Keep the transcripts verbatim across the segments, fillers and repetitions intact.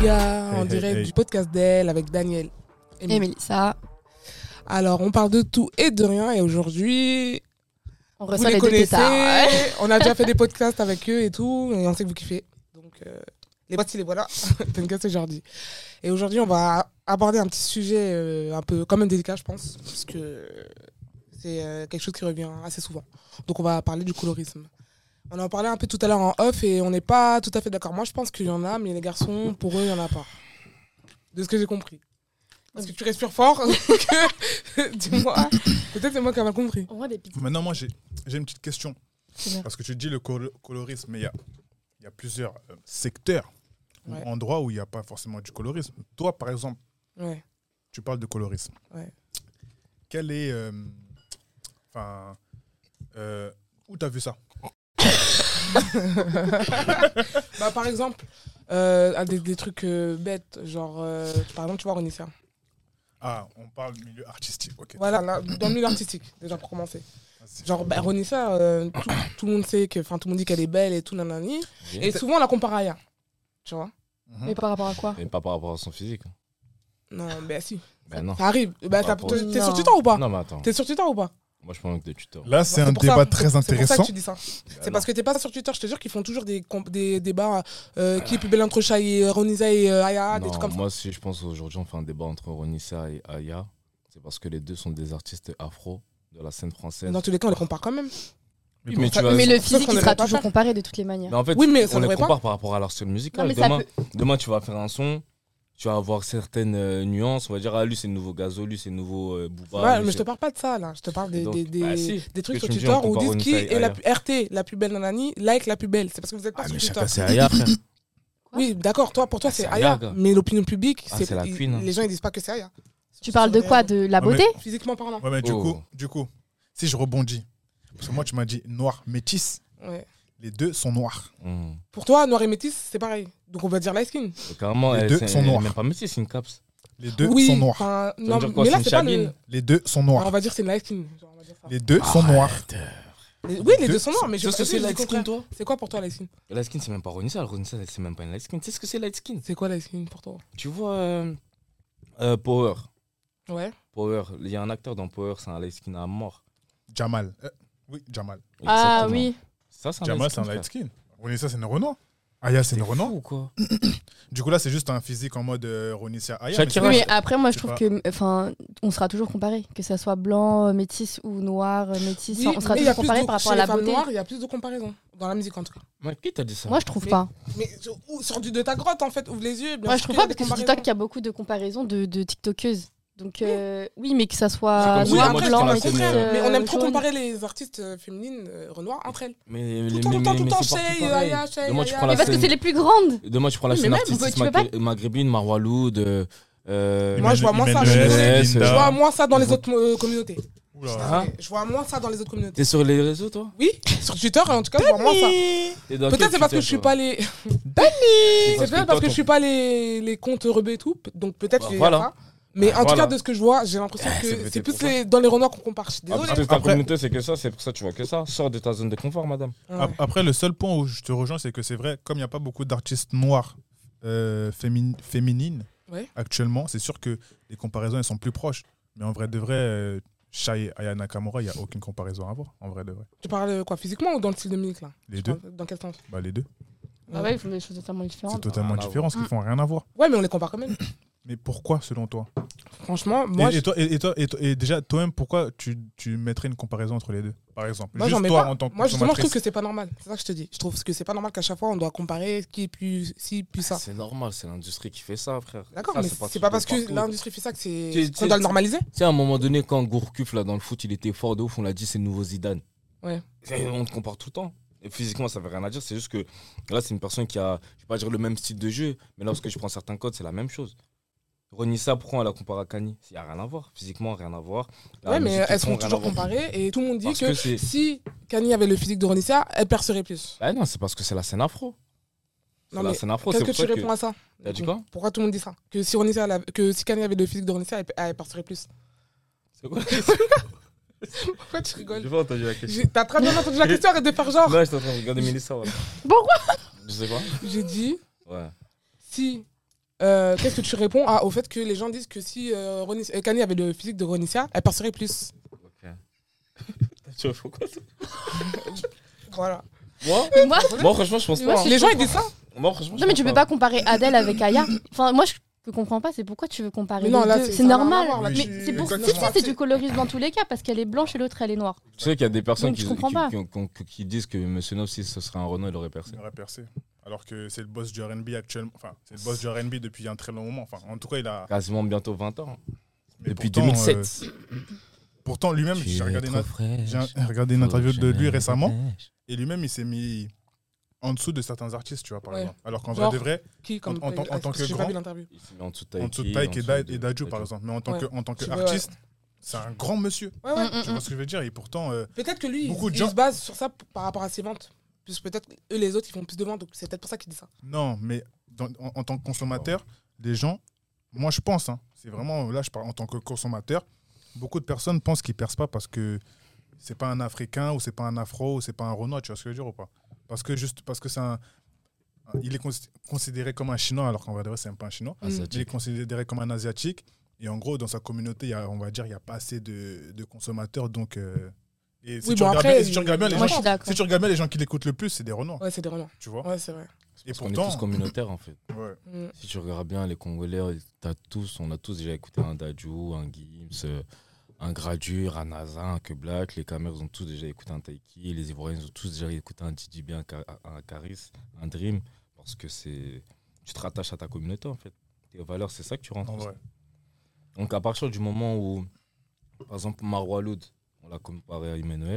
gars, Hey, en hey, direct hey. du podcast d'elle avec Daniel et Et moi. Mélissa, Alors, on parle de tout et de rien et aujourd'hui, on vous reçoit les les deux connaissez, tétards. on a déjà fait des podcasts avec eux et tout, et on sait que vous kiffez. Donc, euh, les voici, les voilà. T'inquiète, c'est Jordi. Et aujourd'hui, on va aborder un petit sujet euh, un peu quand même délicat, je pense, parce que c'est euh, quelque chose qui revient assez souvent. Donc, on va parler du colorisme. On en parlait un peu tout à l'heure en off et on n'est pas tout à fait d'accord. Moi, je pense qu'il y en a, mais les garçons, pour eux, il n'y en a pas. De ce que j'ai compris. Parce que tu respires fort. que- Dis-moi. Peut-être c'est moi qui ai mal compris. On voit des petites. Maintenant, moi, j'ai j'ai une petite question. C'est bien. Parce que tu dis le colo- colorisme, mais il y a, il y a plusieurs euh, secteurs Ouais. ou endroits où il n'y a pas forcément du colorisme. Toi, par exemple, Ouais. tu parles de colorisme. Ouais. Quel est. euh, Enfin. euh, où tu as vu ça? Bah, par exemple, euh, un des, des trucs euh, bêtes, genre, euh, par exemple, tu vois, Ronissa. Ah, on parle du milieu artistique. Ok. Voilà, là, dans le milieu artistique, déjà pour commencer. Ah, c'est- Genre, bah, Ronissa, euh, tout, tout le monde sait que, enfin, tout le monde dit qu'elle est belle et tout, nanani. Et souvent, on la compare à Aya. Tu vois? Mhm. Mais par rapport à quoi? Mais pas par rapport à son physique. Non, bah si. Ben non. Ça arrive. Bah, Par t'as- rapport- t'es t'es sur Non. Twitter ou pas? Non, mais attends. T'es sur Twitter ou pas? Moi, je prends que des tuteurs. Là, c'est Bah, un pour ça- débat c'est- très C'est pour ça intéressant. que tu dis ça. C'est parce que t'es pas sur Twitter, je te jure qu'ils font toujours des, comp- des débats euh, qui est plus belle entre Shai et Ronisa et euh, Aya, des Non, trucs comme ça. moi, si je pense aujourd'hui, on fait un débat entre Ronissa et Aya, c'est parce que les deux sont des artistes afro de la scène française. Dans tous les cas, on les compare quand même. Mais Oui, pour- mais tu vas- Mais le sauf physique, qu'on il ne sera devrait pas toujours faire. comparé de toutes les manières. Mais en fait, Oui, mais ça on les devrait compare pas. par rapport à leur style musical. Non, mais ça Demain, peut- demain, tu vas faire un son, tu vas avoir certaines euh, nuances. On va dire, ah, lui, c'est le nouveau Gazo, lui, c'est le nouveau euh, Booba. Ouais, lui, mais je te c'est- parle pas de ça là. Je te parle des, Donc, des, des, bah, si. des trucs Ce sur que tu me dis, Twitter on où compare disent qui Ronisa et est la Aya. plus- R T, la plus belle nanani, like la plus belle. C'est parce que vous êtes pas Ah, sur mais Twitter. chacun, c'est Aya, frère. Oui, d'accord. Toi, pour toi, Ah, c'est c'est Aya. Aya, gars. Mais l'opinion publique, Ah, c'est c'est la ils- queen, hein. Les gens ils disent pas que c'est Aya. Tu parles de quoi? De la Ah, mais- beauté? Physiquement parlant. Ouais, mais du, Oh. coup, du coup, si je rebondis, parce que moi, tu m'as dit noir, métis, Ouais. les deux sont noirs. Mmh. Pour toi, noir et métis, c'est pareil. Donc on va dire light skin. Donc, carrément, Les elle, deux c'est- sont elle est noirs. même pas métisse, c'est une caps. Les deux oui. sont noirs. enfin, Ça veut non, dire quoi, mais là c'est c'est une pas le. chabine Les deux sont Alors, on noirs. va dire c'est une light skin. Genre, on va dire ça. Les deux sont noirs. Arrête. Les- Oui, les deux deux sont noirs, mais Tu je sais ce que précise, c'est je dis light skin, contraire. toi? C'est quoi pour toi light skin? Light skin, c'est même pas Ronissa. Ronissa, c'est même pas une light skin. Tu sais ce que c'est light skin? C'est quoi light skin pour toi? Tu vois euh, euh, Power. Ouais. Power. Il y a un acteur dans Power, c'est un light skin à mort. Jamal. Euh, oui, Jamal. Ah Exactement. oui. Ça, c'est un Jamal, light c'est un skin, light frère. skin. Ronissa, c'est une Renault. Aya, c'est une T'es Renault. fou ou quoi? Du coup, là, c'est juste un physique en mode euh, Ronissa Aya. Shakira. mais Oui, mais après, moi, je c'est trouve pas- que, enfin, on sera toujours comparé, que ça soit blanc, euh, métis ou noir, euh, métis. Oui, Enfin, on sera mais il y a toujours plus comparé de- par rapport chez à la les femmes beauté. noires, il y a plus de comparaisons dans la musique en tout cas. Ouais, qui t'a dit ça? Moi, je trouve Mais- pas. Mais sur- ou- sors du de ta grotte en fait, ouvre les yeux. Bien Moi, je sûr trouve qu'il y a pas parce des que sur comparaisons. TikTok, il y a beaucoup de comparaisons de, de TikTokeuses. Donc, euh, oui, mais que ça C'est soit comme Oui, si noir, moi, après, je blanc, prends la c'est métis. scène, contraire. euh, Mais on aime trop jaune. comparer les artistes euh, féminines euh, renois entre elles. Mais, Tout mais- le temps, tout le mais- temps, tout mais le temps, c'est partout Shay, pareil. Aya, Shay, Demain, tu Aya. prends Mais la parce que scène- c'est les plus grandes. Demain, tu prends la Oui, mais scène même, artistique tu peux pas- maghré- maghrébine, Marwa Loud. euh, euh, Moi, je vois moins ça. Emmanuel, Je vois- Linda. Je vois moins ça dans les Ils autres euh, communautés. Oula. Hein? Je vois moins ça dans les autres communautés. T'es sur les réseaux, toi? Oui, sur Twitter en tout cas, je vois moins ça. T'es dans Peut-être quel c'est parce que Twitter, je suis toi? pas les. C'est C'est parce peut-être que parce que toi, je suis pas les les comptes rebeux et tout. Donc peut-être Bah, qu'il y a voilà. ça. Mais Bah, en tout voilà. cas, de ce que je vois, j'ai l'impression Ah, c'est que peut-être c'est plus pour ça. les- dans les renois qu'on compare. Je suis Ah, désolé. parce que ta Après- communauté, c'est que ça, c'est pour ça que tu vois que ça. Sors de ta zone de confort, madame. Ouais. Ap- Après, le seul point où je te rejoins, c'est que c'est vrai, comme il n'y a pas beaucoup d'artistes noirs euh, fémin- féminines Ouais. actuellement, c'est sûr que les comparaisons elles sont plus proches. Mais en vrai de vrai, euh, Shai et Aya Nakamura, il n'y a aucune comparaison à avoir. En vrai de vrai. Tu parles euh, quoi, physiquement ou dans le style de musique là? Les Tu deux, parles Dans quel sens? bah, les deux. Ah ouais, ils font des choses totalement C'est différentes. totalement Rien à différent, ce qu'ils font rien à voir. Ouais, mais on les compare quand même. Mais pourquoi, selon toi Franchement, moi, et, je- et toi, et, et toi, et, toi- et déjà, toi-même, pourquoi tu, tu mettrais une comparaison entre les deux, par exemple moi, j'en Juste mets toi, pas. en tant que Moi, justement, je trouve consommatrice. que c'est pas normal. C'est ça que je te dis. Je trouve que c'est pas normal qu'à chaque fois on doit comparer qui est plus ci, plus ça. C'est normal, c'est l'industrie qui fait ça, frère. D'accord, Ça, mais c'est pas parce que partout. l'industrie fait ça que c'est Tu- qu'on tu- doit le normaliser. Tu sais, à un moment donné, quand Gourcuff, là, dans le foot, il était fort de ouf, on l'a dit, c'est le nouveau Zidane. Ouais. Et on te compare tout le temps. Et physiquement, ça veut rien à dire. C'est juste que là, c'est une personne qui a, je vais pas dire le même style de jeu, mais lorsque je prends certains codes, c'est la même chose. Ronissa, pourquoi on la compare à Kanye? Il n'y a rien à voir. Physiquement, rien à voir. La Ouais, mais musique qu'ils elles font, sont rien à toujours voir. comparées et tout le monde dit Parce que, que c'est- si Kanye avait le physique de Ronissa, elle percerait plus. Bah non, c'est parce que c'est la scène afro. C'est Non, la mais scène afro. qu'est-ce C'est que pour tu ça réponds à ça? T'as dit du coup quoi? Pourquoi tout le monde dit ça? Que si Ronissa, elle avait- que si Kanye avait le physique de Ronissa, elle, elle percerait plus. C'est quoi? Pourquoi tu rigoles? J'ai pas entendu la question. J'ai- T'as très bien entendu la question, arrête de faire genre. Non, j'étais en train de regarder Mélissa. Voilà. Pourquoi? Je sais quoi? J'ai dit, Ouais. si Euh, Qu'est-ce que tu réponds à, au fait que les gens disent que si euh, Ronny- euh, Kanye avait le physique de Ronicia, elle percerait plus. Ok. Tu vois pourquoi ça Voilà. Moi Mais moi, Moi, franchement, je pense Mais moi, pas. je hein. Les gens ils disent ça. Moi, franchement, je non mais pense tu peux pas comparer Adèle avec Aya. Enfin moi je ne comprends pas, c'est pourquoi tu veux comparer Mais non, les là, deux. c'est- C'est ça n'a rien à normal. voir, là, Mais tu- c'est pour si, exactement. si, c'est du colorisme dans tous les cas parce qu'elle est blanche et l'autre elle est noire. Tu sais qu'il y a des personnes Donc, qui, je comprends qui, pas. qui- qui- qui- qui disent que Monsieur Nov, si ce serait un Renault, il aurait percé. Il aurait percé. Alors que c'est le boss du R and B actuellement. Enfin, c'est le boss du R and B depuis un très long moment. Enfin, en tout cas, il a. Quasiment bientôt vingt ans. mais Depuis pourtant, deux mille sept. euh, pourtant, lui-même, j'ai regardé, une- j'ai regardé une interview de lui récemment. Et lui-même, il s'est mis en dessous de certains artistes, tu vois, par Ouais. exemple. Alors qu'en Genre, vrai de vrai, Qui comme En- en tant- en tant que j'ai pas grand, vu l'interview. Il s'est mis en dessous de en Taiki. dessous de Taïk et Da- dessous et de- Dadju, par exemple. Mais en tant Ouais. que- en tant Tu vois, qu'artiste, c'est un grand monsieur. Ouais, ouais. Mm, mm, Tu vois ce que je veux dire? Et pourtant, euh, Peut-être que lui, Beaucoup il, de il gens- se base sur ça p- par rapport à ses ventes. Puisque peut-être eux, les autres, ils font plus de ventes. Donc c'est peut-être pour ça qu'il dit ça. non, mais dans- en, en tant que consommateur, les gens, moi je pense, hein, c'est vraiment, là je parle en tant que consommateur, beaucoup de personnes pensent qu'ils ne percent pas parce que c'est pas un Africain ou c'est pas un Afro ou c'est pas un Renoir, tu vois ce que je veux dire ou pas? Parce que juste parce que c'est un. Il est cons- considéré comme un Chinois alors qu'en vrai de vrai, c'est même pas un Chinois. Il est Asiatique. considéré comme un Asiatique. Et en gros, dans sa communauté, il y a, on va dire, il n'y a pas assez de, de consommateurs. Donc, euh, et si, Oui, tu bon, regardes après, bien, et si tu regardes bien, les Moi gens, je suis d'accord. si tu regardes bien, les gens qui l'écoutent le plus, c'est des Renois. Ouais, c'est des renards. Tu vois? Ouais, c'est vrai. Et Parce qu'on est pourtant. tous communautaires, en fait. Ouais. Mm. Si tu regardes bien les Congolais, t'as tous, on a tous déjà écouté un Dadju, un Gims, euh, un Gradure, un Naza, un Que Black. Les Camers ont tous déjà écouté un Taiki. Les Ivoiriens ont tous déjà écouté un Didi B, un, Ka- un Caris, un Dream. Parce que c'est, tu te rattaches à ta communauté, en fait. Tes valeurs, c'est ça que tu rentres. En vrai. Donc à partir du moment où, par exemple, Marwa Loud, on l'a comparé à Imenes,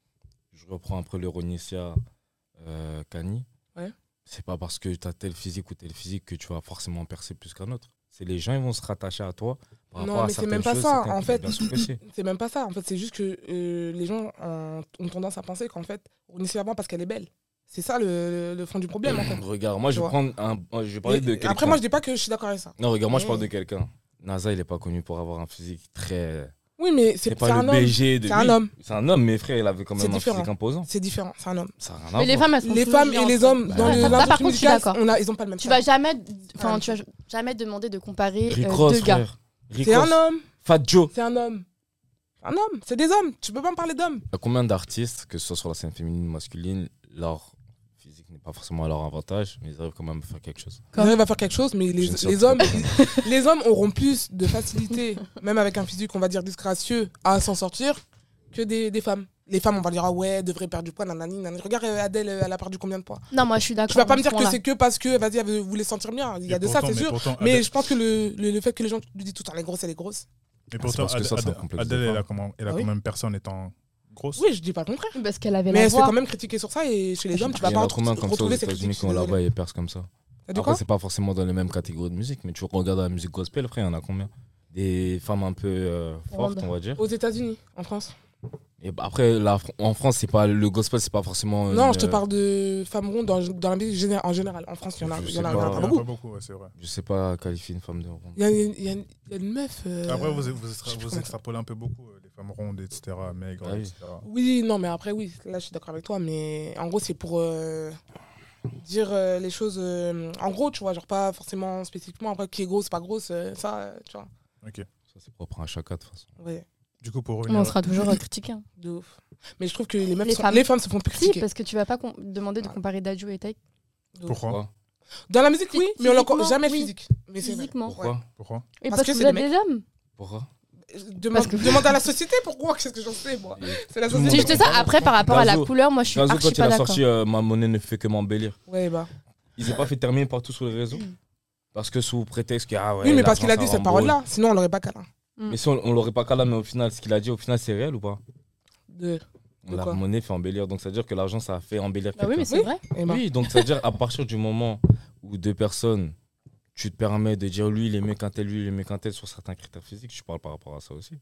je reprends après le Ronicia euh, Kani, Ouais. c'est pas parce que tu as tel physique ou tel physique que tu vas forcément percer plus qu'un autre. C'est les gens, ils vont se rattacher à toi par Non, rapport à mais c'est certaines même pas choses, ça, certaines- en fait. Bien sûr que si. C'est même pas ça. En fait, c'est juste que euh, les gens ont, ont tendance à penser qu'en fait, on essaie avant parce qu'elle est belle. C'est ça le, le fond du problème, en fait. Regarde, moi je Tu vais vois. prendre un. moi, je vais parler Et- de et quelqu'un. après, moi, je dis pas que je suis d'accord avec ça. Non, regarde, moi je Mais- parle de quelqu'un. NASA, il est pas connu pour avoir un physique très. Oui, mais C'est c'est pas c'est un le homme. B G de C'est un lui. homme. C'est un homme, mais frère, il avait quand C'est même un différent. physique imposant. C'est différent, c'est un homme. Ça a rien à Mais les voir. femmes elles sont Les toujours femmes mises et les entre- hommes, dans Ouais, le- ça, ça, par l'industrie contre, je suis musicale, d'accord. on a, ils ont pas le même Tu salaire. vas jamais, enfin Ouais. tu vas jamais demander de comparer euh, Rick Ross, deux gars. frère. Rick C'est un Ross. homme. Fat Joe. C'est un homme. Un homme. C'est des hommes. Tu peux pas me parler d'hommes. Il y a combien d'artistes, que ce soit sur la scène féminine ou masculine, leur physique n'est pas forcément à leur avantage, mais ils arrivent quand même à faire quelque chose. Ils arrivent à faire quelque chose, mais les, Je ne sais les pas. hommes, ils- les hommes auront plus de facilité, même avec un physique, on va dire, disgracieux, à s'en sortir que des, des femmes. Les femmes, on va dire, ah ouais, elles devraient perdre du poids, nanani, nanani. Regarde, euh, Adèle, euh, elle a perdu combien de poids? Non, moi je suis d'accord. Tu vas pas à me ce dire que point-là. c'est que parce que, vas-y, elle voulait se sentir bien. Il y a Et de ça, pourtant- c'est mais sûr. pourtant, Mais Adèle- je pense que le, le, le fait que les gens lui disent tout le temps, elle est grosse, elle est grosse. Mais Ah, pourtant, c'est parce que ça, c'est un Adèle, complexe de Adèle, elle a femme. comment, elle a Ah oui. quand même personne étant grosse. Oui, je dis pas le contraire. Parce qu'elle avait Mais la elle se fait voix. quand même critiquer sur ça et chez les hommes, tu Il vas y pas en a combien comme ça aux retrouver ces États-Unis critiques. qui ont là-bas et percent comme ça. T'as dit Après, quoi? c'est pas forcément dans les mêmes catégories de musique, mais tu regardes la musique gospel, frère, il y en a combien? Des femmes un peu euh, fortes, Rondes. on va dire. Aux États-Unis, en France. Et bah, après, la, en France, c'est pas le gospel, c'est pas forcément. Non, une, je te euh, parle de femmes rondes dans, dans la musique géné- en général. En France, il y en a, Je il y sais en a, pas. il y en a Il y pas en a beaucoup. pas beaucoup, ouais, c'est vrai. Je sais pas qualifier une femme de ronde. Il y a, il y a- il y a une meuf. euh, Après, vous, vous, extra- je sais plus vous comment extrapolez un peu beaucoup, euh, les femmes rondes, et cetera, maigres, Ah oui. et cetera. Oui, non, mais après, oui, là, je suis d'accord avec toi. Mais en gros, c'est pour euh, dire euh, les choses. euh, en gros, tu vois, genre pas forcément spécifiquement. Après, qui est grosse, pas grosse, euh, ça, euh, tu vois. Ok. Ça, c'est propre à chacun, de toute façon. Ouais, Du coup, pour Mais revenir. on sera toujours euh, critiqué. hein. de ouf. Mais je trouve que les, meufs Les sont- femmes. les femmes se font plus Si, critiquer. parce que tu vas pas com- demander de comparer Dadju et Taïk De ouf. Pourquoi Dans la musique, oui, mais on l'a encore Physiquement, jamais oui. physique. Mais c'est vrai. physiquement. Pourquoi Ouais. Pourquoi Et Parce parce, que que c'est vous êtes des des hommes. Pourquoi Demande, Parce que- demande à la société pourquoi, qu'est-ce que j'en sais, moi. C'est la Tout le C'est monde- société. juste ça. Après, par rapport à la Gazo. couleur, moi je suis Gazo, archi quand il pas a d'accord. sorti euh, Ma monnaie ne fait que m'embellir, Ouais, bah. il s'est pas fait terminer partout sur les réseaux Parce que sous prétexte que. Ah ouais, oui, mais parce qu'il a l'argent, dit ça cette rend parole-là. Sinon, on l'aurait pas câlin. beau. Mais si on, on l'aurait pas calé, mais au final, ce qu'il a dit, au final, c'est réel ou pas De... De La quoi monnaie fait embellir, donc ça veut dire que l'argent, ça a fait embellir Bah oui, mais quelqu'un. c'est vrai. Eh ben. Oui, donc ça veut dire à partir du moment où deux personnes, tu te permets de dire lui, il est mieux qu'un tel, lui, il est mieux qu'un tel sur certains critères physiques, je parle par rapport à ça aussi.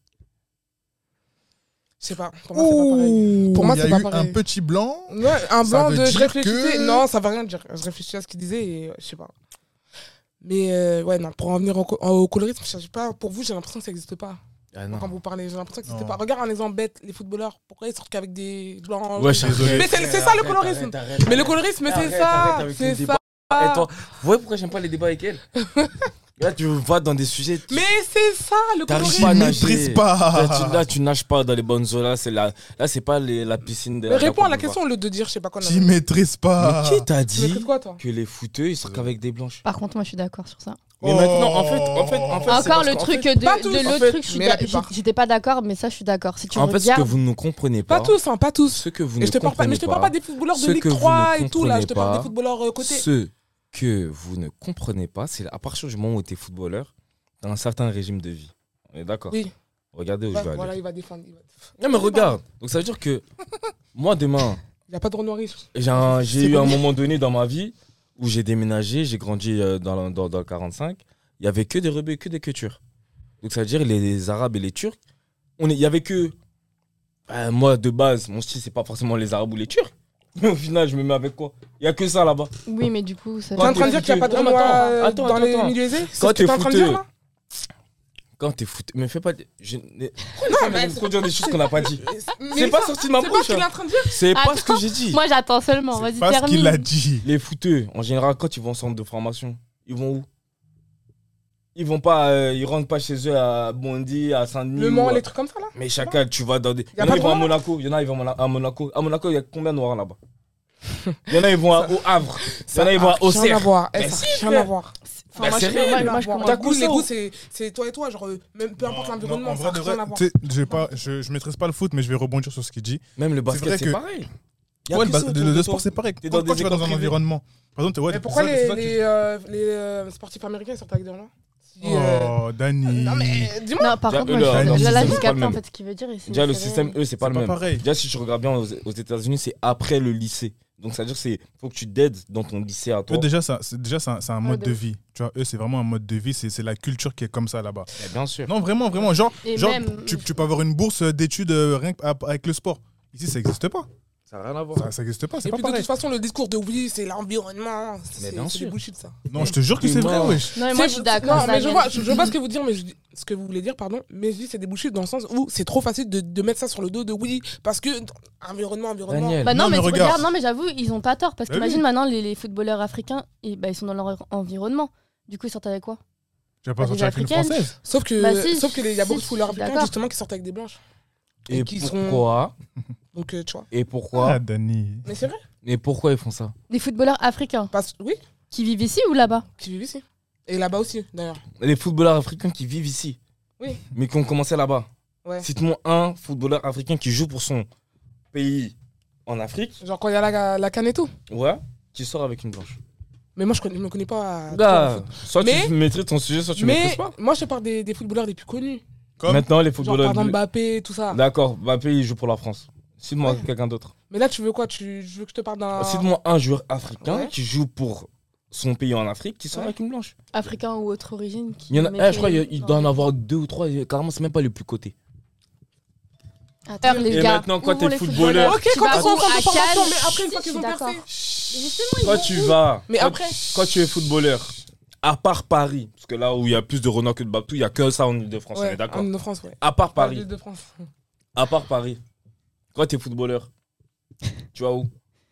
Je sais pas. Pour moi, c'est pas pareil. Pour moi, il y c'est a pas eu pareil. un petit blanc. Ouais, un Ça blanc veut de. Je dire réfléchissais. que- Non, ça veut rien dire. Je réfléchissais à ce qu'il disait et euh, je sais pas. Mais euh, ouais, non, pour en venir au, co- au colorisme, je sais pas. Pour vous, j'ai l'impression que ça n'existe pas. Ah non. Quand vous parlez, j'ai l'impression que ça Non. n'existe pas. Regarde un exemple bête les footballeurs. Pourquoi ils sortent qu'avec des blancs Ouais, rouges désolé. Mais c'est c'est ça le colorisme. Mais le colorisme, c'est ça. C'est ça. Et toi, vous voyez pourquoi j'aime pas les débats avec elle? Là, tu vas dans des sujets. Tu... Mais c'est ça le T'arrives coloris. pas à Tu nager. maîtrises pas. Là, tu, là, tu nages pas dans les bonnes eaux. Là, c'est la... là, c'est pas les... la piscine de Mais réponds à la Côte question au lieu de dire je sais pas quoi. Tu maîtrises pas. d'Ivoire. Mais qui t'a Tu maîtrises dit quoi toi? que les footeux, ils sortent qu'avec des blanches? Par contre, moi, je suis d'accord sur ça. Mais Oh. maintenant, en fait, en fait, en fait, c'est Encore parce le qu'en truc fait- de, pas tous, de en l'autre fait, truc, je suis mais la d'a- plupart. j'ai- j'étais pas d'accord, mais ça, je suis d'accord. Si tu En fait, ce que regardes, vous ne comprenez pas. Pas tous, hein, pas tous. Ce que vous Et ne je te parle pas, mais je te parle pas des footballeurs de Ce Ligue que vous trois ne et tout là, je te parle comprenez des footballeurs euh, côté. Ce que vous ne comprenez pas, c'est à partir du moment où tu es footballeur, dans un certain régime de vie. On est d'accord? Oui. Regardez où Ouais, je vais voilà, aller. il va défendre. il va- Non, mais regarde. Donc, ça veut dire que moi, demain, Il n'y a pas de Renoir riche. j'ai un- j'ai C'est eu un bon. moment donné dans ma vie où j'ai déménagé, j'ai grandi euh, dans, le- dans, dans le quarante-cinq. Il y avait que des rebeux, que des cultures. Donc, ça veut dire les, les Arabes et les Turcs. on est- Il y avait que. Ben, moi, de base, mon style, c'est pas forcément les Arabes ou les Turcs. Mais au final, je me mets avec quoi? Il y a que ça là-bas. oui, mais du coup, ça. Tu es en train de dire qu'il n'y a pas de Non, mais Renoir attends, euh, attends, dans les attends. milieux aisés? C'est Quand ce que t'es t'es en train de dire fouteux, là? Quand t'es foutu. Mais fais pas. de- Je... n'ai- Pourquoi mais tu fais produire des choses qu'on n'a pas dit? Mais C'est pas ça, sorti de ma C'est pas bouche. ce qu'il est hein. en train de dire. C'est pas ce que Attends, j'ai dit. Moi, j'attends seulement. Vas-y, C'est pas ce qu'il termine. a dit. Les fouteux, en général, quand ils vont en centre de formation, ils vont où? Ils vont pas, euh, ils rentrent pas chez eux à Bondy, à Saint-Denis. Le ou Mans, à- les trucs comme ça là? Mais chacun, tu vas dans des. Il y a en pas a, de ils vont à Renoir Monaco. Il y en a, ils vont à Monaco. À Monaco, il y a combien de noirs là-bas? Il y en a, ils vont à- au Havre. Il y en a, ils vont à Rien à Auxerre. voir. Eh, Mais ça si, n'a rien frère. à voir. Enfin, Bah, moi, c'est je, réel, moi, Rien moi, à je voir. commence. Ta goût, les ça. goûts, c'est c'est toi et toi. Genre, euh, même peu importe Non, l'environnement, en ça vrai, n'a de rien vrai, à voir. tu sais, je, vais pas, je, je maîtrise pas le foot, mais je vais rebondir sur ce qu'il dit. Même le C'est basket, vrai c'est que- pareil. Il y a Ouais, que le, bas- ça le- autour le de sport, toi. c'est pareil. T'es Quand, dans quand des tu vas dans écoles un privées. environnement. Par exemple, ouais, Mais pourquoi c'est ça- c'est les ça que tu- les, euh, les euh, sportifs américains ils sortent avec des Renoirs? Si, euh, Oh, Dani. Non mais dis-moi. Non, par Déjà, contre, eux, moi, leur- je- leur là, là, système, j'ai c'est pas capté le en même. fait ce qu'il veut dire. et c'est- Déjà, le c'est système, réel. eux, c'est pas C'est le pas même. pareil. Déjà, si tu regardes bien aux, aux États-Unis, c'est après le lycée. Donc, ça veut dire qu'il faut que tu t'aides dans ton lycée à toi. Eux, déjà, ça- c'est déjà, c'est un, c'est un mode de de ouf. vie. Tu vois, eux, c'est vraiment un mode de vie. C'est c'est la culture qui est comme ça là-bas. Mais bien sûr. Non, vraiment, vraiment. Genre, Et genre même- tu, tu peux avoir une bourse d'études euh, rien que ap- avec le sport. Ici, ça n'existe pas. Ça n'a rien à voir. Ça ça n'existe pas. C'est Et pas puis de pareil. toute façon, le discours de oui, c'est l'environnement. Mais C'est bien c'est sûr. des bullshit ça. Non, je te jure que Et c'est vrai, moi- wesh. Non, mais moi, C'est- je suis d'accord. Non, mais je Daniel. vois, je, je vois ce que vous dire, mais je dis- ce que vous voulez dire, pardon. Mais je dis c'est des bullshit dans le sens où c'est trop facile de, de mettre ça sur le dos de oui, parce que environnement, environnement. Daniel. Bah non, Non, mais, mais tu regarde. regardes, non, mais j'avoue, ils ont pas tort. Parce Bah qu'imagine oui. maintenant, les, les footballeurs africains, et, bah, ils sont dans leur environnement. Du coup, ils sortent avec quoi? Tu vas pas Bah, sortir des avec une Africaines. française. Sauf que, Bah si, sauf que les- il y a si, beaucoup de footballeurs je suis africains d'accord. justement qui sortent avec des blanches. Et qui sont- pourquoi Donc euh, tu vois. Et pourquoi Ah, Dani. Mais c'est vrai. Et pourquoi ils font ça? Des footballeurs africains Parce oui, qui vivent ici ou là-bas? qui vivent ici. Et là-bas aussi, d'ailleurs. Les footballeurs africains qui vivent ici. Oui. Mais qui ont commencé là-bas. Ouais. Cite-moi un footballeur africain qui joue pour son pays en Afrique. Genre quand il y a la, la canne et tout. Ouais. Qui sort avec une blanche. Mais moi, je ne me connais pas. Bah, trop en foot. soit Mais- tu maîtrises ton sujet, soit tu Mais maîtrises pas. moi, je te parle des, des footballeurs les plus connus. Comme Maintenant, les Genre par footballeurs. exemple Mbappé, tout ça. D'accord, Mbappé, il joue pour la France. Cite-moi Ouais. quelqu'un d'autre. Mais là, tu veux quoi? Tu je veux que je te parle d'un. Cite-moi un joueur africain Ouais. qui joue pour son pays en Afrique qui sort Ouais. avec une blanche. Africains ou autre origine qui Il y en a, mettrait- eh, je crois qu'il il doit en avoir deux ou trois. Carrément, c'est même pas les plus cotés. Attends, les Et gars, maintenant, quand où t'es vont les footballeur- footballeurs Ok, Tu quand vas ils sont en où centre de À formation, Cannes mais après, une Si, fois je qu'ils suis ont d'accord. percé. Justement, ils Quand vont tu où vas. Mais quand- après. Quand tu es footballeur, à part Paris, parce que là où il y a plus de Renault que de Babtou, il y a que ça en Ile-de-France, on Ouais, est d'accord. en Ile-de-France, ouais. À part Paris. Paris, de France. à part Paris, quand tu es footballeur, tu vas où?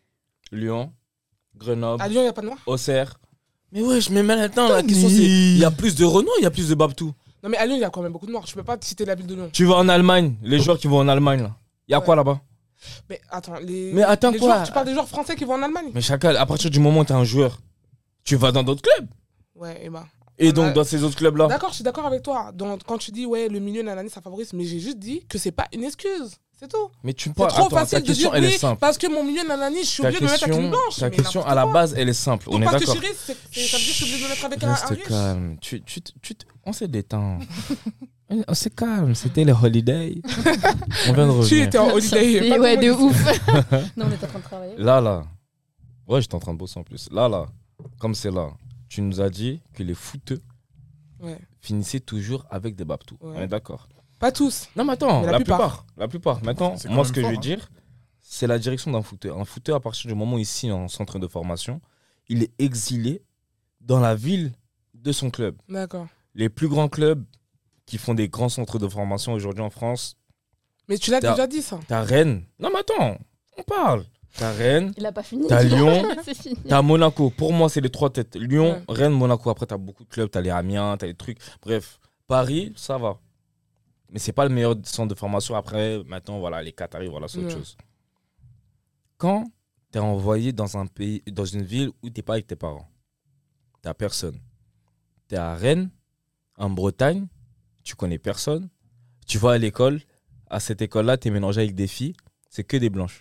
Lyon, Grenoble, À Lyon, il n'y a pas de noir? Auxerre. Mais ouais, je mets maintenant la Tony. question c'est il y a plus de Renault, il y a plus de Babtou. Non, mais à Lyon, il y a quand même beaucoup de noirs. Je peux pas te citer la ville de Lyon. Tu vas en Allemagne, les joueurs qui vont en Allemagne là. Il y a Ouais. quoi là-bas? Mais attends, les. Mais attends, les quoi joueurs, tu parles des joueurs français qui vont en Allemagne? Mais chacun, à partir du moment où tu es un joueur, tu vas dans d'autres clubs. Ouais, et bah. Et On donc a- dans ces autres clubs là. D'accord, je suis d'accord avec toi. Donc, quand tu dis, ouais, le milieu, nanani, ça favorise, mais j'ai juste dit que c'est pas une excuse. C'est tout. Mais tu C'est parles. trop Attends, facile ta de question dire elle oui, est simple. parce que mon milieu, nanani, je suis Ta obligé de me mettre avec une question, blanche. ta mais question n'importe à la quoi. base elle est simple. Donc, On est parce que d'accord. je suis riche, c'est- c'est- ça veut dire que je suis obligé de me mettre avec un, un Reste riche. calme. Tu, tu, tu, on s'est détend. On s'est calme. C'était les holidays. On vient de Tu revenir. étais en holiday. Et pas ouais, de de moi, ouf. Non, on est en train de travailler. Là, là. Ouais, j'étais en train de bosser en plus. Là, là. Comme c'est là. Tu nous as dit que les footeux Ouais. finissaient toujours avec des babtous. Ouais. On est d'accord. Pas tous. Non, mais attends. Mais la la, plupart. plupart. La plupart. Maintenant, C'est quand moi, même ce que fort, je veux hein. dire, c'est la direction d'un footeur. Un footeur, à partir du moment où ici, en centre de formation, il est exilé dans la ville de son club. D'accord. Les plus grands clubs qui font des grands centres de formation aujourd'hui en France, Mais tu l'as T'as- déjà dit, ça. t'as Rennes. Non, mais attends, on parle. t'as Rennes, Il a pas fini. T'as Lyon. C'est fini. t'as Monaco. Pour moi, c'est les trois têtes. Lyon, Ouais. Rennes, Monaco. Après, t'as beaucoup de clubs. T'as les Amiens, t'as les trucs. Bref, Paris, ça va. Mais c'est pas le meilleur centre de formation. Après, maintenant, voilà, les Qataris, voilà, c'est autre Ouais. chose. Quand t'es envoyé dans un pays, dans une ville où t'es pas avec tes parents, t'as personne. T'es à Rennes, en Bretagne, tu connais personne. Tu vas à l'école. À cette école-là, t'es mélangé avec des filles. C'est que des blanches.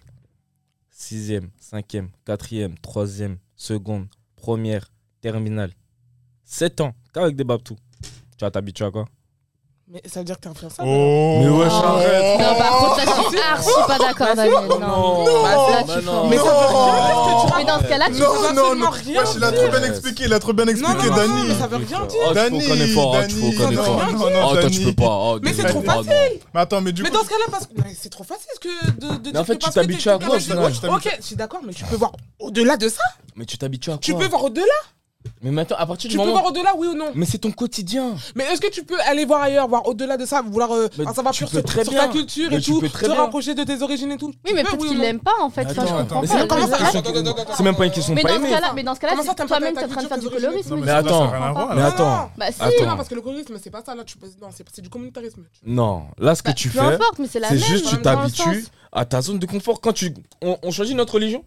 Sixième, cinquième, quatrième, troisième, seconde, première, terminale. Sept ans, qu'avec des babtous. Tu vas t'habituer à quoi? Mais ça veut dire que t'es influençable. Oh. Mais ouais, Oh. arrête. Non, par contre, là, je suis archi pas d'accord, Daniel. Non. Non. Là, Bah tu non. fort. Mais ça veut rien dire ce que tu Mais dans ce cas-là, tu Non, Non, ça veut non, absolument non. rien Wesh, il a trop bien expliqué, il a trop bien expliqué, non, non, Dani. mais ça veut rien dire. Oh, tu Dani, faut aucun effort, oh, tu faut aucun Dani, effort. non, non, non, Oh, toi, tu Dani. peux pas. Oh, Mais c'est désolé. trop Oh, non. Mais attends, mais du Mais coup. dans ce cas-là, parce que mais c'est trop facile que de, de Mais en dire fait, que tu parce que t'habitues t'es- à quoi, au t'es- final Je t'habitue- Ok, je suis d'accord, mais tu peux voir au-delà de ça. Mais tu t'habitues à quoi? Tu peux voir au-delà. Mais maintenant, à partir du Tu peux moment. voir au-delà, oui ou non. Mais c'est ton quotidien. Mais est-ce que tu peux aller voir ailleurs, voir au-delà de ça, vouloir euh, Mais en savoir tu plus peux sur, très sur bien. ta culture Mais et tu tout, peux très te bien. rapprocher de tes origines et tout. Oui, mais Tu peux, peut-être ou qu'il non l'aime pas en fait. Mais Enfin, je attends, comprends attends. pas. Mais c'est- comment ça- Là, attends, attends, attends, C'est même pas une question de Mais pas dans ce aimer. cas-là, mais dans ce cas-là, Comment ça, c'est t'aimes toi-même pas t'es ta en train de faire du culture, tes origines? colorisme. Non, mais Mais ça, attends. ça a rien à voir, Mais là. attends. Bah si. Attends. Non, parce que le colorisme, c'est pas ça, là, tu peux... non, c'est c'est du communautarisme. Non, là, ce que Bah, tu peu fais, importe, mais c'est la c'est même. juste tu dans le t'habitues sens. à ta zone de confort. Quand tu. On, on choisit notre religion?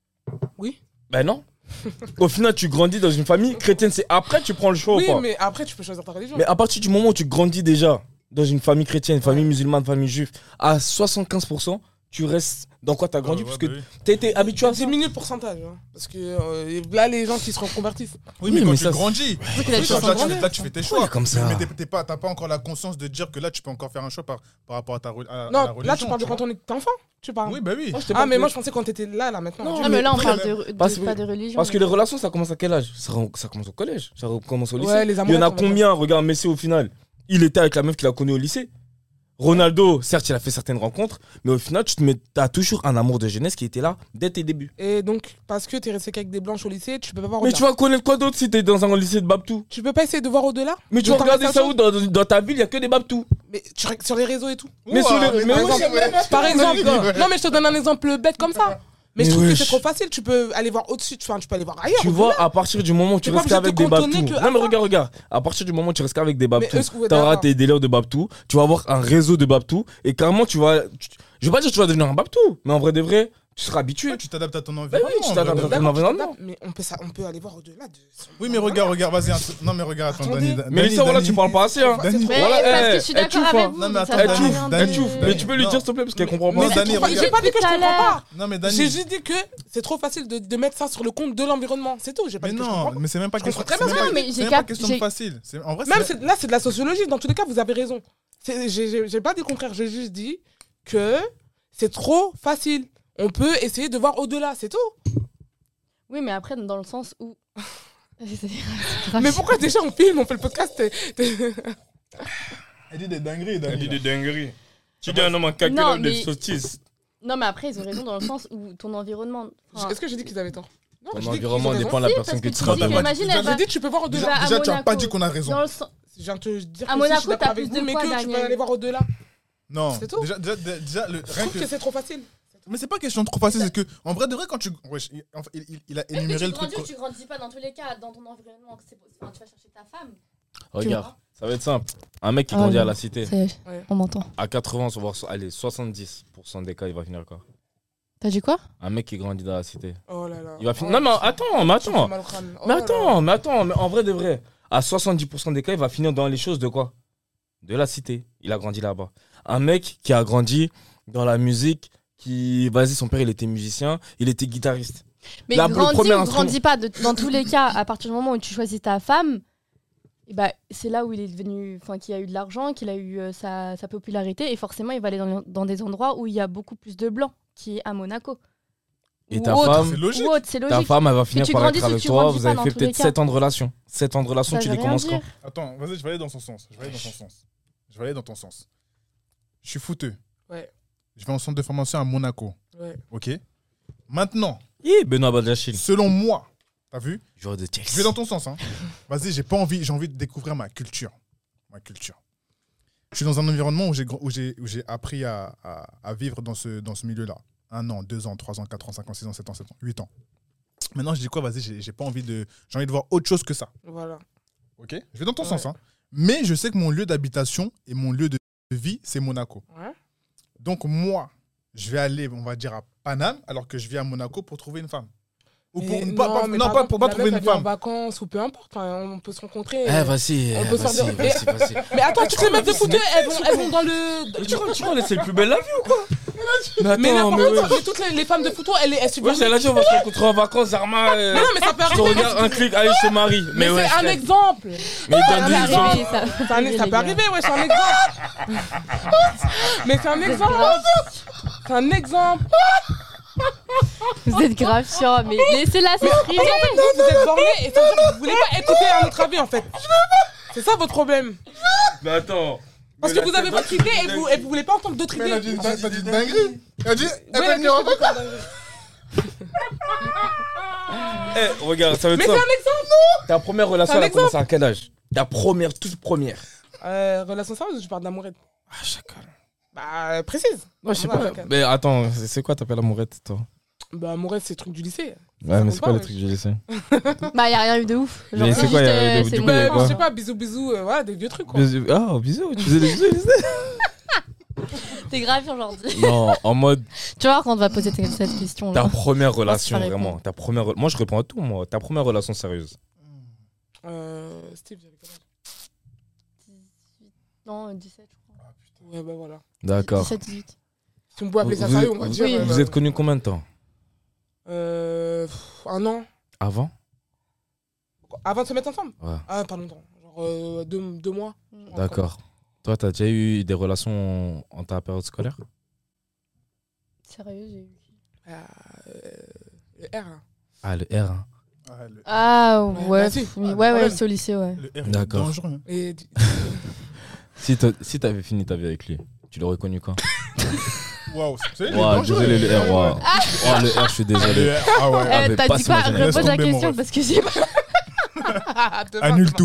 Oui. Ben non. Au final, tu grandis dans une famille chrétienne. C'est après tu prends le choix Oui, ou pas. mais après, tu peux choisir ta religion. Mais à partir du moment où tu grandis déjà dans une famille chrétienne, une famille musulmane, famille juive, à soixante-quinze pour cent, tu restes dans quoi tu as grandi Ouais, parce bah que oui. tu été habitué à ça. diminue le pourcentage. Hein, parce que euh, là, les gens qui se reconvertissent. Oui, mais Oui, quand mais tu ça, grandis, C'est que la là, chose tu- en grandit. là, tu fais tes Ouais, choix. comme ça. Mais t'es- t'es pas- t'as pas encore la conscience de dire que là, tu peux encore faire un choix par, par rapport à ta re- à- à la Non, religion. là, tu parles de vois. quand on est enfant. Tu parles. Oui, bah oui. Moi, je te Ah, parle mais de- moi, je pensais quand t'étais là, là, maintenant. Non, Ah, mais là, on mais- parle de, de- Parce- pas de religion. Parce que les relations, ça commence à quel âge? ça, re- ça commence au collège, ça re- commence au lycée. Ouais, les Il y en amourettes, a on va dire. combien? Regarde Messi au final. Il était avec la meuf qu'il a connue au lycée. Ronaldo, certes, il a fait certaines rencontres, mais au final, tu te mets, as toujours un amour de jeunesse qui était là dès tes débuts. Et donc, parce que t'es resté qu'avec des blanches au lycée, tu peux pas voir Mais au-delà. tu vas connaître quoi d'autre si t'es dans un lycée de Babtou? Tu peux pas essayer de voir au-delà. Mais tu De vas regarder ça conversation. où dans, dans ta ville, il y a que des Babtous. Mais tu, sur les réseaux et tout. Mais sur les- Ouah, mais par oui, exemple, c'est- Par exemple, Ouais. non mais je te donne un exemple bête comme ça. Mais, Mais je trouve wesh. que c'est trop facile. Tu peux aller voir au-dessus. Enfin, tu peux aller voir ailleurs. Tu vois, à partir du moment où tu T'es pas restes obligé de qu'avec te des cantonner Babtous. que à Non, mais ça. regarde, regarde. À partir du moment où tu restes qu'avec des Babtous, est-ce que vous êtes t'auras d'accord tes délires de Babtous. Tu vas avoir un réseau de Babtous. Et carrément, tu vas. tu- Je veux pas dire que tu vas devenir un Babtou, mais en vrai de vrai, tu seras habitué. Ouais, tu t'adaptes à ton Bah environnement. oui, tu en t'adaptes vrai. à ton D'accord, tu environnement. t'adaptes, mais on peut, ça, on peut aller voir au-delà de. son- Oui, mais regarde, regarde, vas-y. un truc- Non, mais regarde, attends, Attendez. Dani. Mais Dani, Lisa, voilà, Dani. tu parles pas assez. Hein. C'est Dani. trop- Mais Voilà, parce eh, que je suis elle d'accord chouffe, avec hein. vous. Non, mais ça attends, sert à Dani, rien de- Dani, Elle chouffe. Mais tu peux lui Non. dire s'il te plaît parce qu'elle comprend Mais Mais pas. c'est Dani, trop fa- regarde. j'ai pas dit que je Tout à comprends l'heure. pas. Non, mais J'ai Dani. juste dit que c'est trop facile de, de mettre ça sur le compte de l'environnement. C'est tout. J'ai pas Mais dit que je non, comprends pas. mais c'est même pas Je question comprends très c'est bien même ça, pas- mais c'est j'ai même pas cap- question j'ai- de facile. C'est- En vrai, Même c'est. c'est- là, c'est de la sociologie. Dans tous les cas, vous avez raison. C'est- J'ai j'ai- j'ai pas dit le contraire. J'ai juste dit que c'est trop facile. On peut essayer de voir au-delà. C'est tout. Oui, mais après, dans le sens où. Mais pourquoi déjà on filme, on fait le podcast t'es- t'es- Elle dit des dingueries, Elle dit Dani. des dingueries. Tu dis un homme en Non, calcul des mais- saucisses. Non, mais après, ils ont raison dans le sens où ton environnement. enfin, Est-ce que j'ai dit qu'ils avaient tort? Non, Ton j'ai dit qu'ils environnement ont raison. dépend de la Si, personne parce que que tu tu seras. dis que, imagine, elle J'ai va. dit tu peux voir au-delà. va à Déjà, tu n'as pas Monaco. dit qu'on a raison. Dans le sens- Je viens de te dire À que Monaco, si, je suis d'accord t'as avec plus vous, de mais quoi, que tu peux Daniel aller voir au-delà. Non, C'est tout. déjà, déjà, déjà, le, Je rien trouve que. que c'est trop facile. Mais c'est pas question de trop facile, c'est que, en vrai de vrai, quand tu. Wesh, il, enfin, il- il- il a Mais énuméré tu le truc. grandis ou tu grandis pas dans tous les cas dans ton environnement. c'est- Enfin, tu vas chercher ta femme. Regarde, ça va être simple. Un mec qui Ah grandit non. à la cité, C'est- Ouais. On m'entend. à quatre-vingts, voire allez, soixante-dix pour cent des cas, il va finir quoi? T'as dit quoi? Un mec qui grandit dans la cité. Oh là là. Il va finir. Oh, Non, mais ça- attends, mais ça me attends. fait mal au crâne. Oh Mais là là. attends, mais attends, mais en vrai de vrai, à soixante-dix pour cent des cas, il va finir dans les choses de quoi? De la cité. Il a grandi là-bas. Un mec qui a grandi dans la musique, qui, vas-y, son père, il était musicien, il était guitariste. Mais La- le grandis premier ou instrument. grandis pas. de- dans tous les cas, à partir du moment où tu choisis ta femme, et bah, c'est là où il est devenu. Enfin, qu'il a eu de l'argent, qu'il a eu euh, sa, sa popularité. Et forcément, il va aller dans, dans des endroits où il y a beaucoup plus de blancs, qui est à Monaco. Et Ou ta autre. femme, C'est logique. Ou autre, c'est ta logique. femme, elle va finir tu par grandis être ou avec tu toi. grandis Vous pas avez dans fait tous les peut-être cas. sept ans de relation. sept ans de relation, Ça tu veut les rien commences quand? dire. Attends, vas-y, je vais aller dans son sens. Je vais aller dans son sens. Je vais aller dans ton sens. Je suis fouteux. Ouais. Je vais en centre de formation à Monaco. Ouais. Ok. Maintenant, Hi, Benoît Badjachil. selon moi, t'as vu? Joueur de Je vais Chelsea. dans ton sens. Hein. Vas-y, j'ai pas envie. J'ai envie de découvrir ma culture. Ma culture. Je suis dans un environnement où j'ai gr- où j'ai où j'ai appris à, à, à vivre dans ce dans ce milieu-là. un an, deux ans, trois ans, quatre ans, cinq ans, six ans, sept ans, sept ans, huit ans. Maintenant, je dis quoi, vas-y, j'ai, j'ai pas envie de. J'ai envie de voir autre chose que ça. Voilà. Ok. Je vais dans ton Ouais. sens, hein. Mais je sais que mon lieu d'habitation et mon lieu de vie, c'est Monaco. Ouais. Donc, moi, je vais aller, on va dire, à Paname, alors que je vis à Monaco pour trouver une femme. Ou pour, Mais pas, pas- mais non, par pas exemple, pour pas la trouver meuf, une elle vient en femme. vacances ou peu importe. Enfin, on peut se rencontrer. Eh, vas-y, On eh, peut se vas-y, faire des- vas-y, vas-y. Mais attends, toutes les meufs de foot, elles vont, elles vont dans le. Mais tu crois, tu crois, c'est le plus belle la vie ou quoi? Mais Mais attends, n'importe mais quoi, ouais. mais toutes les, les femmes de foot, elles, elles subissent. Ouais, j'ai dit, on va se rencontrer en vacances, Zarma. euh, Mais non, mais ça peut Je te arriver. regarde un clic, allez, je te marie. Mais, Mais ouais, c'est un frère. exemple. Mais il Ça donne peut des arriver, exemples. ça peut Ça, arriver, ça les peut gars. arriver, ouais, c'est un exemple. Mais c'est un exemple. C'est un exemple. Vous êtes grave chiant, mais laissez-la s'exprimer. Vous, vous êtes borné et ça veut dire que vous voulez pas écouter un autre avis en fait. C'est ça votre problème. Mais attends. Parce Mais que là, vous avez c'est votre idée et vous, et vous voulez pas entendre d'autres Mais elle a idées. dit, t'as t'as dit une dinguerie. Elle a dit, elle Ouais, va venir en qu'est-ce que vacances. t'as dit Eh, regarde, ça va être Mais c'est ça. un exemple. Ta première relation, C'est un elle a commencé à quel âge? Ta première, toute première. Euh, relation sérieuse ou je parle d'amourette? Ah, chacal. Bah, euh, précise. Non, je sais Ouais, pas. chacal. Mais attends, c'est c'est quoi t'appelles amourette, toi? Bah, amourette, c'est le truc du lycée. Ouais, mais compte c'est quoi pas, les ouais. trucs que j'ai laissé? Bah, y a rien eu de ouf. Genre, Mais c'est quoi, juste, y a- euh, du c'est coup, bon. y avait Bah, quoi je sais pas, bisous, bisous, euh, voilà, des vieux trucs quoi. Bisous. Ah, bisous, tu faisais des bisous, Elisa? T'es grave aujourd'hui. Non, en mode Tu vois, quand on va poser cette question. ta genre. première relation, pas répondre. vraiment. Ta première... re- Moi, je réponds à tout, moi. Ta première relation sérieuse. Euh, Steve, j'avais quel âge? Non, dix-sept, je crois. Ouais, bah voilà. D'accord. dix-sept, dix-huit. Si on peut appeler ça Vous- sérieux, on va vous- dire. oui. euh, Vous êtes connus combien de temps? Euh. pff, Un an. Avant? Avant de se mettre ensemble? Ouais. Ah, pas longtemps. Genre euh, deux, deux mois. D'accord. Toi, t'as déjà eu des relations en ta période scolaire? Sérieux, j'ai eu. Ah, euh, le R. hein. Ah, le R, hein. Ah, le, Ah, Ouais, ouais. bah si. pff, oui, Ah, ouais, ouais, problème. c'est au lycée, ouais. le R est D'accord. dangereux. hein. Et du- Si t'a- si t'avais fini ta vie avec lui, tu l'aurais connu quand? Waouh, c'est il est Ouah, dangereux. désolé, le R, waouh. Oh, le R, je suis Le désolé. R, ah ouais. Euh, Ah, mais T'as pas dit quoi? s'imaginer. Repose Laisse la tomber, mon question ref. parce que j'ai pas. Demain, Annule demain. tout.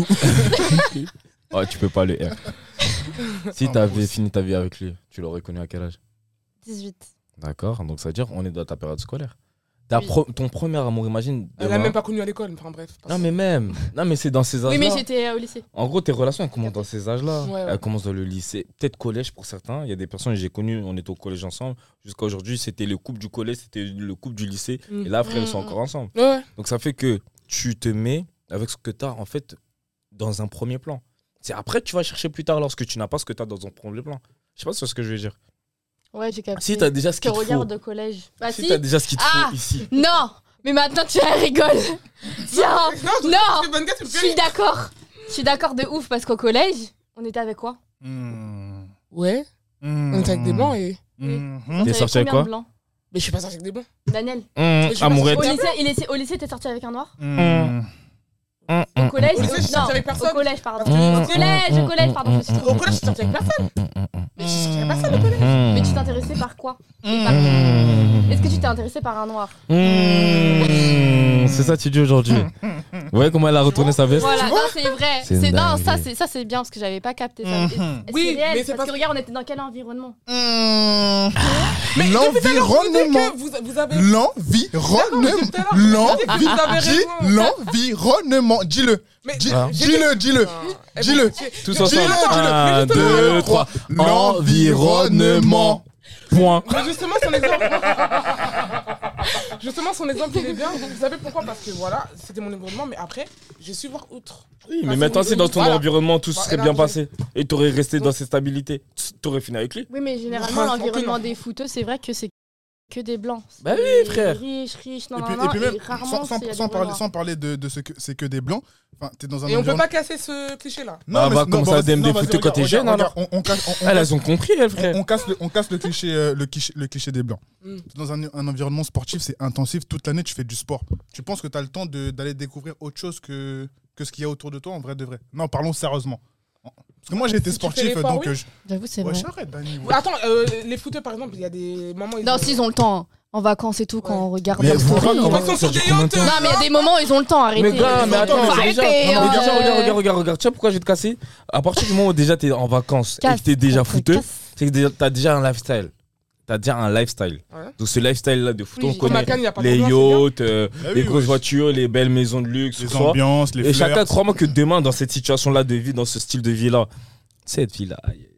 Oh, tu peux pas le R. Si Ah, t'avais pousse. fini ta vie avec lui, tu l'aurais connu à quel âge? dix-huit. D'accord, donc ça veut dire on est dans ta période scolaire. Ta Oui. pro- ton premier amour, imagine. Elle l'a demain- même pas connu à l'école, enfin bref. Non, mais même. Non, mais c'est dans ces âges-là. Oui, mais j'étais euh, au lycée. En gros, tes relations, elles commencent dans ces âges-là. Ouais, ouais. Elles commencent dans le lycée, peut-être collège pour certains. Il y a des personnes que j'ai connues, on était au collège ensemble. Jusqu'à aujourd'hui, c'était le couple du collège, c'était le couple du lycée. Mm. Et là, après, elles sont Mm, encore ensemble. Ouais, ouais. Donc ça fait que tu te mets avec ce que tu as, en fait, dans un premier plan. C'est après que tu vas chercher plus tard lorsque tu n'as pas ce que tu as dans un premier plan. Je sais pas si c'est ce que je veux dire. Ouais, j'ai capté. Si tu as déjà ce Ce qu'il te faut. regard de collège. Bah Si si. tu as déjà ce qu'il te Ah faut ici. Non, mais maintenant tu rigoles. Tiens, Non, non. c'est bonne gars, tu me je fais suis rire. d'accord. Je suis d'accord de ouf parce qu'au collège, on était avec quoi? Hmm. Ouais, Hmm. on était avec des blancs et. Mhm. On T'es était sorti avec combien quoi? de blancs? Mais je suis pas sorti avec des blancs. Daniel. Mmh, je suis amourette. Au lycée, il est- au lycée, t'es sorti avec un noir? Hmm. Mmh, Au mmh, collège, Au lycée, je suis non, sortie avec personne. au collège, pardon. Parce que- Au collège, au collège, pardon. je suis sortie- Au collège, je suis sortie avec personne. Mais je suis sortie avec personne au collège. Mais tu t'intéressais par quoi? Et par- Est-ce que tu t'es intéressé par un noir? Mmh, c'est ça que tu dis aujourd'hui. Ouais, comment elle a retourné sa veste? Voilà, non, c'est vrai. C'est une C'est non, ça dinguerie. c'est ça c'est bien parce que j'avais pas capté ça. Mhm. Est-ce que Oui, c'est réel mais c'est parce parce que regarde, on était dans quel environnement? Hmm. Mais depuis tout à l'heure, vous dites L'environnement. que vous, vous avez. L'environnement. Depuis tout à l'heure, vous avez L'envi- raison. Dis l'environnement. Dis-le. Mais Dis- Ah. Dis-le, dis-le. Eh, Dis-le. bon, tu- Tous tu- ensemble. Dis-le, dis-le. Un, Mais justement, deux, trois. L'environnement. Point. Mais justement, son exemple. Justement, son exemple, il est bien. Vous savez pourquoi? Parce que voilà, c'était mon environnement, mais après, j'ai su voir outre. Oui, mais Parce maintenant, que- si dans ton voilà. environnement tout se Bah, serait bien élargi. passé et t'aurais resté dans cette stabilité, t'aurais fini avec lui. Oui, mais généralement Ouais, l'environnement aucune. des footeux, c'est vrai que c'est que des blancs. Bah oui, C'est frère. Riches, riches, non, Et non, puis, non, et puis même, et rarement sans, sans- c'est- il y a sans des parler, noirs. sans parler de, de ce que c'est que des blancs, enfin, t'es dans un Et on peut environnement. pas casser ce cliché-là. Bah, mais va non, commencer bah, à D M des non, vas-y, footeux quand t'es regarde, jeune, regarde, alors. on, on casse, on, on Elles, casse- elles ont compris, elles, frère. on, on casse le, on casse le cliché, euh, le cliché, le cliché des blancs. Mm. Dans un, un environnement sportif, c'est intensif. Toute l'année, tu fais du sport. Tu penses que tu as le temps de- d'aller découvrir autre chose que, que ce qu'il y a autour de toi, en vrai de vrai. Non, parlons sérieusement. Parce que moi, j'ai été Si tu fais sportif, l'effort, donc oui. euh, je... J'avoue, c'est Ouais, vrai. j'arrête, Dani. Mais Attends, euh, les footeux par exemple, il y a des moments. ils Non, ont- s'ils ont le temps, hein. En vacances et tout, quand Ouais. on regarde. Mais leur vous story, racontez euh. Ils sont sur Ça dure des combien de yachts. temps Non, mais il y a des moments où ils ont le temps, arrêtez. Mais gars, mais Ils ont attends, le temps, c'est arrêtez, déjà. Non, euh, regarde, regarde, regarde, regarde, regarde. Tu sais pourquoi je vais te casser? À partir du moment où déjà t'es en vacances et Casse, que t'es déjà casse, fouteux, casse. c'est que déjà- t'as déjà un lifestyle. t'as déjà un lifestyle. Ouais. Donc ce lifestyle-là de foot, Oui, on j'ai- Comme à connaît Cannes, il y a pas les d'ambiance, c'est bien. yachts, euh, Ah oui, les oui. grosses voitures, les belles maisons de luxe, Les tout ça. ambiances, les Et flirts. chacun, crois-moi que demain, dans cette situation-là de vie, dans ce style de vie-là, cette vie-là, aïe.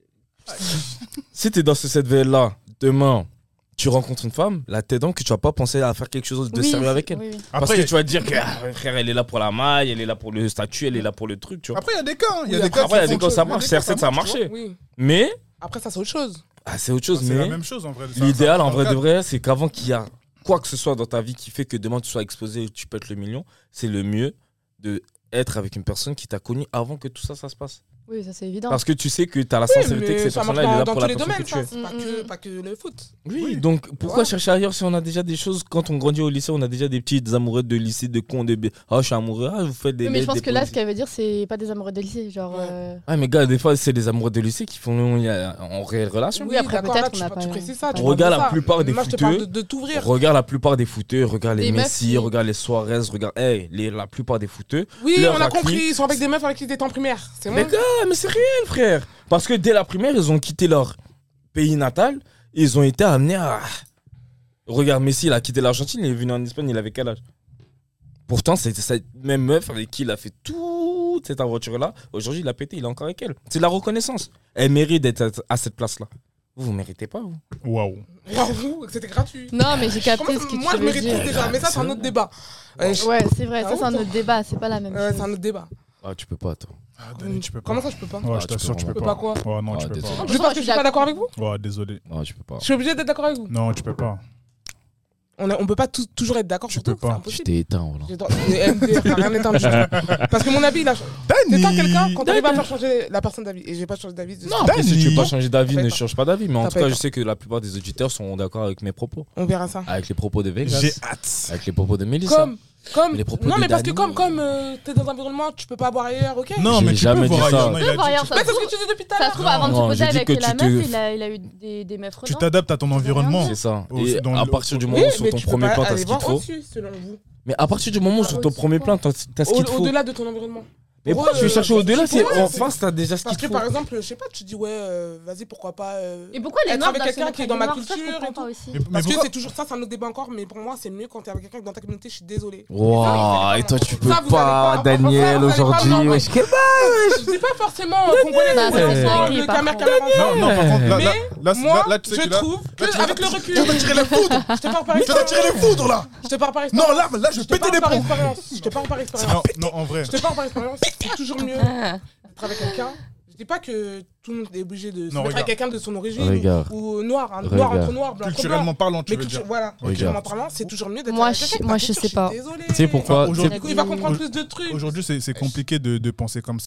si t'es dans ce, cette vie-là, demain, tu rencontres une femme, là, t'es donc que tu vas pas penser à faire quelque chose de Oui, sérieux c'est- avec elle. oui, oui. Parce Après, que tu vas te dire que, ah, frère, elle est là pour la maille, elle est là pour le statut, elle est là pour le truc, tu vois. après, il y a des cas. hein. Il y a Oui, des après, cas. Après, il y a qui des font cas, autre ça chose. marche. Il y C a R des sept, cas, ça a marche, tu marché. Oui. Mais, Après, ça, c'est autre chose. ah, c'est autre chose. vois. C'est la Mais même chose en vrai. Ça- l'idéal, ça- en vrai ça- de vrai, c'est qu'avant qu'il y a quoi que ce soit dans ta vie qui fait que demain tu sois exposé et tu pètes le million, c'est le mieux de être avec une personne qui t'a connu avant que tout ça, ça se passe. Oui, ça c'est évident. Parce que tu sais que tu as la Oui, sincérité que mais cette ça marche personne-là, elle est dans, là dans pour tous la les personne domaines, que tu ça. es. C'est pas, Mm, que, mm. pas que le foot. Oui, Oui. donc pourquoi Ouais. chercher ailleurs si on a déjà des choses, quand on grandit au lycée, on a déjà des petites amoureuses de lycée, de cons, de... bé- Ah, je suis amoureux, ah, vous faites des... Oui, mais je des- pense des que là, ce poésies. qu'elle veut dire, c'est pas des amoureux de lycée. Genre. Ouais. euh, Ah, mais gars, des fois, c'est des amoureux de lycée qui font il y a- en réelle relation. Oui, après, d'accord, peut-être là, qu'on tu, n'a tu pas- précises ça. on tu regarde parles de la ça. plupart des Moi, je te parle de, footeux. de t'ouvrir. Regarde la plupart des footeux, regarde les Des meufs Messi, qui- regarde les Suarez, regarde hey, les, la plupart des footeux. Oui, leur on a raclée. compris. Ils sont avec des meufs avec qui ils étaient en primaire. C'est Mais bon. gars, mais c'est réel, frère. Parce que dès la primaire, ils ont quitté leur pays natal et ils ont été amenés à. Regarde, Messi, il a quitté l'Argentine, il est venu en Espagne, il avait quel âge? Pourtant, c'est cette même meuf avec qui il a fait toute cette aventure-là. Aujourd'hui, il a pété, il est encore avec elle. C'est de la reconnaissance. Elle mérite d'être à cette place-là. Vous, vous méritez pas, vous? Waouh. Waouh, c'était gratuit. Non, mais j'ai capté Comment- ce que Moi, tu je veux mérite dire. tout déjà. Mais ça, c'est un autre débat. Ouais, je- Ouais, c'est vrai, Ah ça c'est un bon, autre débat, c'est pas la même ouais, chose. c'est un autre débat. Ah, tu peux pas, toi. Ah, Dani, tu peux pas. Comment ça, je peux pas Ouais, Ah, je tu t'assure, peux tu peux vraiment pas. pas quoi Ouais, non, Ah, tu peux désolé. pas. Juste parce que je suis pas d'accord avec vous. Ouais, désolé. Non, tu peux pas. Je suis obligé d'être d'accord avec vous. Non, tu peux pas. On, a- on peut pas tout- toujours être d'accord Tu sur peux tout. C'est pas. Je impossible. t'ai éteint, voilà. J'ai droit- Mais M D, t'as rien éteint du tout. Parce que mon avis, il a. T'éteins quelqu'un quand t'arrives à faire changer la personne d'avis. Et j'ai pas changé d'avis. de- Non, après, si tu veux pas changer d'avis, T'as ne pas. change pas d'avis. Mais en T'as tout pas cas, été. je sais que la plupart des auditeurs sont d'accord avec mes propos. On verra ça. Avec les propos de Vegas. J'ai hâte. Avec les propos de Mélissa. Comme. Comme. Les propos Non, de mais parce que Dani. comme, comme euh, t'es dans un environnement, tu peux pas boire ailleurs, ok? Non, J'ai mais tu jamais peux dit voir ça. ailleurs. Non, il a Tu peux voir dit- ailleurs, tu- ça Mais se c'est ce trouve- que tu dis depuis tout à Ça se l'heure. trouve, avant de Non, se poser j'ai dit avec que la tu te- meuf, il a, il a eu des, des meufs Tu relantes. t'adaptes à ton environnement. C'est ça. Au- Et dans à le- partir du Oui, moment où Oui, sur mais ton tu peux premier pas plan, t'as aller ce qu'il te voir faut. au-dessus, selon vous. Mais à partir du moment où Ah, sur ton oui, premier c'est plan, t'as t'as ce Au- qu'il te faut. Au-delà de ton environnement. Mais Pour pourquoi eux, tu veux chercher euh, au-delà pour si eux, en c'est- face, t'as déjà ce Parce qu'il que te par faut? exemple, je sais pas, tu dis ouais, euh, vas-y, pourquoi pas. euh, Et pourquoi les Être meufs avec doivent se quelqu'un mettre qui est avec dans des ma noirs, ça, je culture comprends et pas tout. aussi. Mais- mais Parce que pourquoi- c'est toujours ça, c'est un autre débat encore, mais pour moi, c'est mieux quand t'es avec quelqu'un dans ta communauté, je suis désolé. Waouh, et toi, tu peux Ça, vous pas, allez pas. Daniel, Ça, vous allez pas, aujourd'hui. non, wesh, mais- Je dis pas forcément euh, congolais, Non, congolais, c'est ensemble, dingue, par caméra, contre. caméra Non, ensemble. non, par contre, là, Mais là, là, c'est- Moi, là, là, tu sais je que là- trouve là, tu que vas- avec le recul, Tu vas tirer les foudres. je te parle par Tu vas tirer les foudres, là. Je te parle par Non, expérience. là, là, je vais Je te péter parle les par plombs. expérience. Je te parle par expérience. Non, non, en vrai. Je te parle par expérience. C'est toujours mieux d'être avec quelqu'un. Je dis pas que tout le monde est obligé de se Non, mettre regarde. avec quelqu'un de son origine Regarde. ou, ou noir, hein, Regarde. noir entre noir, blanc entre Culturellement blanc. parlant, tu Mais veux culture- dire. voilà, Ok. culturellement parlant, c'est toujours mieux d'être Moi, avec je- quelqu'un de moi, ta je culture, sais pas. suis désolée. Tu sais pourquoi Enfin, aujourd'hui- Du coup, il va comprendre plus de trucs. Aujourd'hui, c'est c'est compliqué de, de penser comme ça.